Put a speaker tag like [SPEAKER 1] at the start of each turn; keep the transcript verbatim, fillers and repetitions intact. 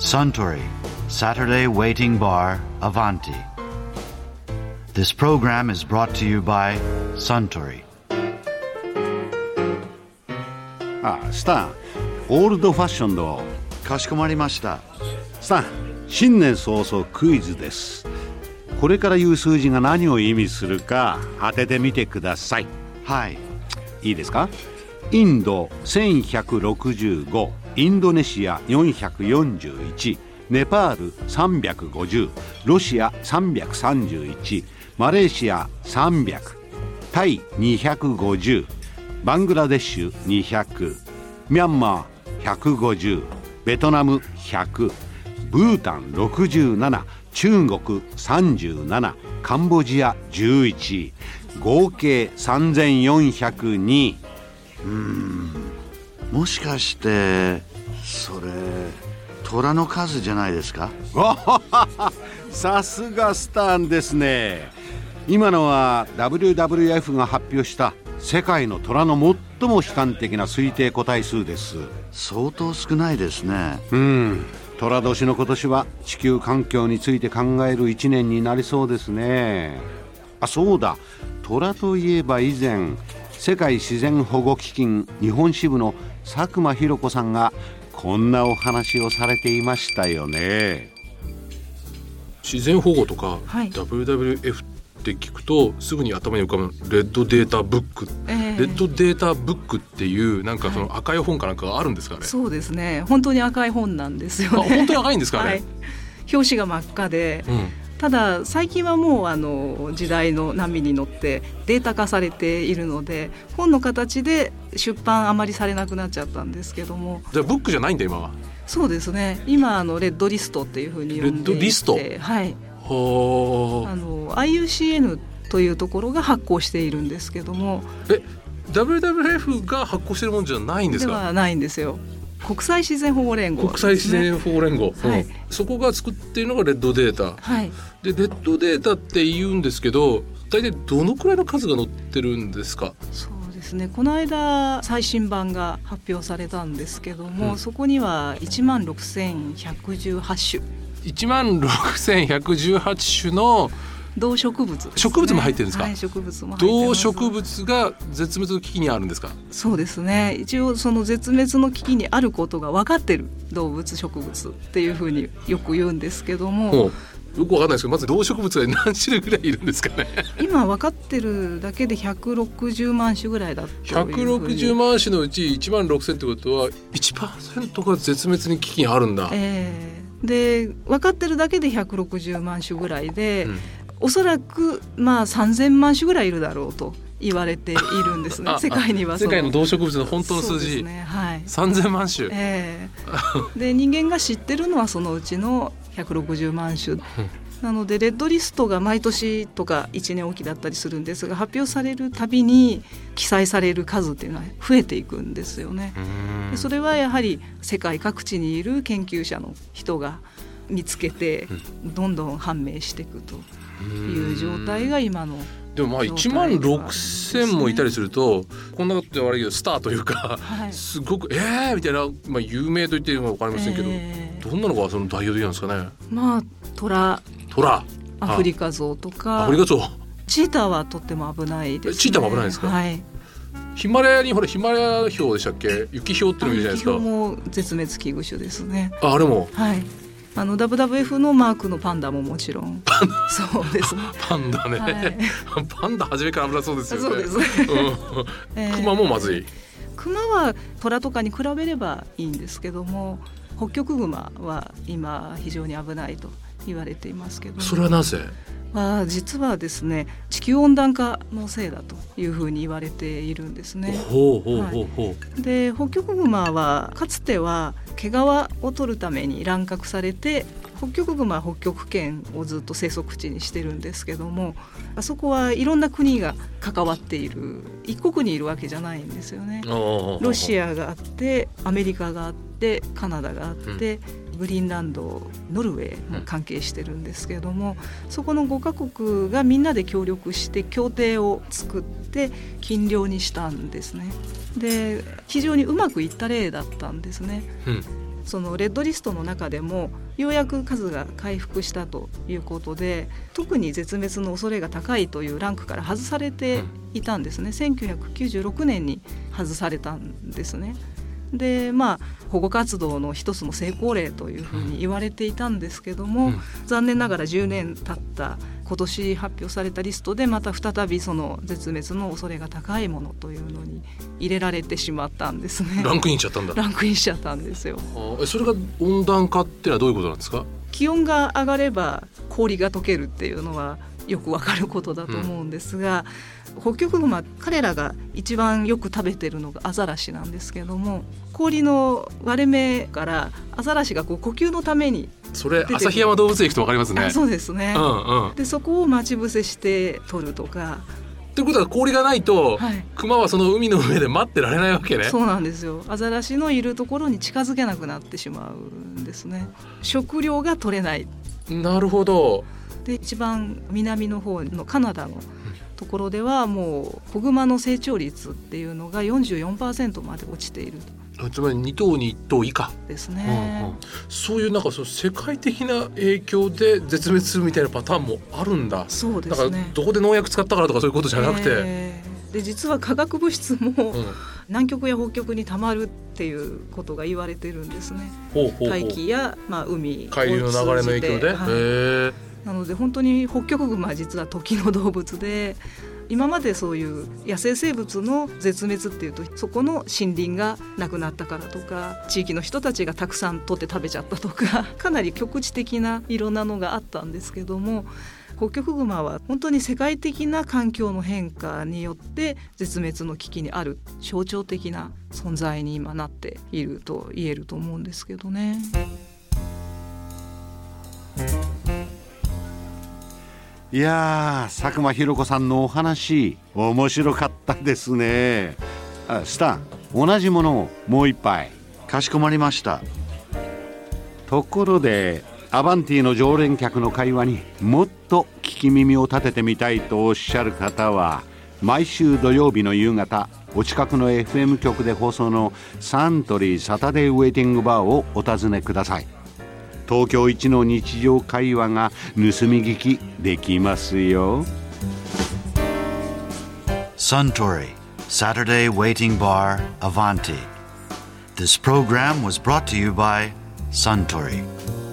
[SPEAKER 1] Suntory Saturday Waiting Bar Avanti. This program is brought to you by Suntory.
[SPEAKER 2] ああ、スタン、オールドファッションの。
[SPEAKER 1] かしこまりました。
[SPEAKER 2] スタン、新年早々クイズです。これから言う数字が何を意味するか当ててみてください。
[SPEAKER 1] はい。
[SPEAKER 2] いいですか？インドせんひゃくろくじゅうご、インドネシアよんひゃくよんじゅういち、ネパールさんびゃくごじゅう、ロシアさんびゃくさんじゅういち、マレーシアさんびゃく、タイにひゃくごじゅう、バングラデシュにひゃく、ミャンマーひゃくごじゅう、ベトナムひゃく、ブータンろくじゅうなな、中国さんじゅうなな、カンボジアじゅういち、合計さんぜんよんひゃくに。
[SPEAKER 1] うーん、もしかしてそれ虎の数じゃないですか？
[SPEAKER 2] さすがスタンですね。今のは ダブリューダブリューエフ が発表した世界の虎の最も悲観的な推定個体数です。
[SPEAKER 1] 相当少ないですね。
[SPEAKER 2] うん、虎年の今年は地球環境について考える一年になりそうですね。あ、そうだ、虎といえば以前世界自然保護基金日本支部の佐久間博子さんがこんなお話をされていましたよね。
[SPEAKER 3] 自然保護とか、
[SPEAKER 4] はい、
[SPEAKER 3] ダブリューダブリューエフ って聞くとすぐに頭に浮かぶレッドデータブック、えー、レッドデータブックっていうなんかその赤い本かなんかがあるんですかね？はい、
[SPEAKER 4] そうですね、本当に赤い本なんですよね。
[SPEAKER 3] あ、本当に赤いんですかね？はい、
[SPEAKER 4] 表紙が真っ赤で、うん、ただ最近はもうあの時代の波に乗ってデータ化されているので本の形で出版あまりされなくなっちゃったんですけども。
[SPEAKER 3] じゃあブックじゃないんだ今は？
[SPEAKER 4] そうですね、今あのレッドリストっていうふうに呼んでいて、レッドリスト、はい、
[SPEAKER 3] は
[SPEAKER 4] あの アイユーシーエヌ というところが発行しているんですけども。
[SPEAKER 3] え ダブリューダブリューエフ が発行しているものじゃないんですか？
[SPEAKER 4] ではないんですよ。国際自然保護連合、ね、
[SPEAKER 3] 国際自然保護連合、
[SPEAKER 4] はい、
[SPEAKER 3] うん、そこが作っているのがレッドデータ、
[SPEAKER 4] はい、
[SPEAKER 3] でレッドデータって言うんですけど大体どのくらいの数が載ってるんですか？
[SPEAKER 4] そうですね、この間最新版が発表されたんですけども、うん、そこにはいちまんろくせんひゃくじゅうはち種
[SPEAKER 3] いちまんろくせんひゃくじゅうはち種の
[SPEAKER 4] 動植物ですね。
[SPEAKER 3] 植物も入ってるんですか？
[SPEAKER 4] はい、植物も入ってます。
[SPEAKER 3] 動植物が絶滅の危機にあるんですか？
[SPEAKER 4] そうですね、一応その絶滅の危機にあることが分かってる動物植物っていうふうによく言うんですけども、
[SPEAKER 3] よく分かんないですけどまず動植物が何種類ぐらいいるんですかね？
[SPEAKER 4] 今分かってるだけでひゃくろくじゅうまん種ぐらいだというふうに。ひゃくろくじゅう
[SPEAKER 3] まん種のうちいちまんろくせんってことは いちパーセント が絶滅に危機にあるんだ。
[SPEAKER 4] えー、で分かってるだけでひゃくろくじゅうまん種ぐらいで、うん、おそらくまあさんぜんまん種ぐらいいるだろうと言われているんですね。世界にはその
[SPEAKER 3] 世界の動植物の本当の数字、
[SPEAKER 4] そうですね、はい、
[SPEAKER 3] さんぜんまん種、
[SPEAKER 4] えー、で人間が知ってるのはそのうちのひゃくろくじゅうまん種なのでレッドリストが毎年とかいちねんおきだったりするんですが発表されるたびに記載される数っていうのは増えていくんですよね。でそれはやはり世界各地にいる研究者の人が見つけてどんどん判明していくという状態が今の。
[SPEAKER 3] でもまあいちまんろくせんもいたりするとこんなこと悪いけどスターというか、はい、すごくえーみたいな、まあ、有名と言っていいのか分かりませんけど、えー、どんなのがその代表的なんですかね？まあ
[SPEAKER 4] 虎、
[SPEAKER 3] 虎、
[SPEAKER 4] アフリカゾウとか、
[SPEAKER 3] アフリカゾウ、
[SPEAKER 4] チーターはとっても危ないですね。
[SPEAKER 3] チーターも危ないですか？
[SPEAKER 4] はい、
[SPEAKER 3] ヒマラヤにほらヒマラヤヒョウでしたっけ？雪ヒョウってのもいるじゃないですか。
[SPEAKER 4] 雪ヒョウも絶滅危惧種ですね。
[SPEAKER 3] あ、あれも、
[SPEAKER 4] はい、あの ダブリューダブリューエフ のマークのパンダももちろんそうですね。
[SPEAKER 3] パンダね、はい、パンダ初めから危なそうですよね。
[SPEAKER 4] そうですね、
[SPEAKER 3] えー、クマもまずい。
[SPEAKER 4] クマは虎とかに比べればいいんですけどもホッキョクグマは今非常に危ないと言われていますけど、
[SPEAKER 3] それはなぜ？
[SPEAKER 4] まあ、実はですね地球温暖化のせいだというふうに言われているんですね。
[SPEAKER 3] ほうほうほうほう、はい、
[SPEAKER 4] でホッキョクグマはかつては毛皮を取るために乱獲されてホッキョクグマは北極圏をずっと生息地にしてるんですけどもあそこはいろんな国が関わっている一国にいるわけじゃないんですよね。ロシアがあってアメリカがあってカナダがあって、うん、グリーンランドノルウェーも関係してるんですけども、うん、そこのごカ国がみんなで協力して協定を作って禁猟にしたんですね。で非常にうまくいった例だったんですね、
[SPEAKER 3] うん、
[SPEAKER 4] そのレッドリストの中でもようやく数が回復したということで、特に絶滅の恐れが高いというランクから外されていたんですね。せんきゅうひゃくきゅうじゅうろくねんに外されたんですね。でまあ、保護活動の一つの成功例というふうに言われていたんですけども、うん、残念ながらじゅうねん経った今年発表されたリストでまた再びその絶滅の恐れが高いものというのに入れられてしまったんですね。
[SPEAKER 3] ランクインしちゃったんだ。
[SPEAKER 4] ランクインしちゃったんですよ。
[SPEAKER 3] あ、それが温暖化ってのはどういうことなんですか？
[SPEAKER 4] 気温が上がれば氷が溶けるっていうのはよくわかることだと思うんですが、うん、ホッキョクグマ、彼らが一番よく食べてるのがアザラシなんですけども、氷の割れ目からアザラシがこう呼吸のために、
[SPEAKER 3] それ旭山動物園行くと分かりますね。
[SPEAKER 4] あ、そうですね、
[SPEAKER 3] うんうん、
[SPEAKER 4] でそこを待ち伏せして取るとか。
[SPEAKER 3] ということは氷がないと、はい、クマはその海の上で待ってられないわけね。
[SPEAKER 4] そうなんですよ。アザラシのいるところに近づけなくなってしまうんですね。食料が取れない。
[SPEAKER 3] なるほど。
[SPEAKER 4] で一番南の方のカナダのところではもう子グマの成長率っていうのが よんじゅうよんパーセント まで落ちていると。
[SPEAKER 3] つまりに頭にいっ頭以下
[SPEAKER 4] ですね、
[SPEAKER 3] うんうん、そういうなんかそう世界的な影響で絶滅するみたいなパターンもあるんだ。
[SPEAKER 4] そうですね。
[SPEAKER 3] だからどこで農薬使ったからとかそういうことじゃなくて、
[SPEAKER 4] えー、で実は化学物質も、うん、南極や北極にたまるっていうことが言われてるんですね。
[SPEAKER 3] ほうほうほう。
[SPEAKER 4] 大気や、まあ、海
[SPEAKER 3] 海流の流れの影響で、はい、へ
[SPEAKER 4] なので本当にホッキョクグマは実は時の動物で、今までそういう野生生物の絶滅っていうとそこの森林がなくなったからとか、地域の人たちがたくさん取って食べちゃったとか、かなり局地的ないろんなのがあったんですけども、ホッキョクグマは本当に世界的な環境の変化によって絶滅の危機にある象徴的な存在に今なっていると言えると思うんですけどね。
[SPEAKER 2] いやー、佐久間ひろ子さんのお話面白かったですね。あ、スタン、同じものをもう一杯。
[SPEAKER 1] かしこまりました。
[SPEAKER 2] ところでアバンティの常連客の会話にもっと聞き耳を立ててみたいとおっしゃる方は、毎週土曜日の夕方お近くの エフエム 局で放送のサントリーサタデーウェイティングバーをお尋ねください。東京一の日常会話が盗み聞きできますよ。
[SPEAKER 1] Suntory Saturday Waiting Bar Avanti. This program was brought to you by Suntory.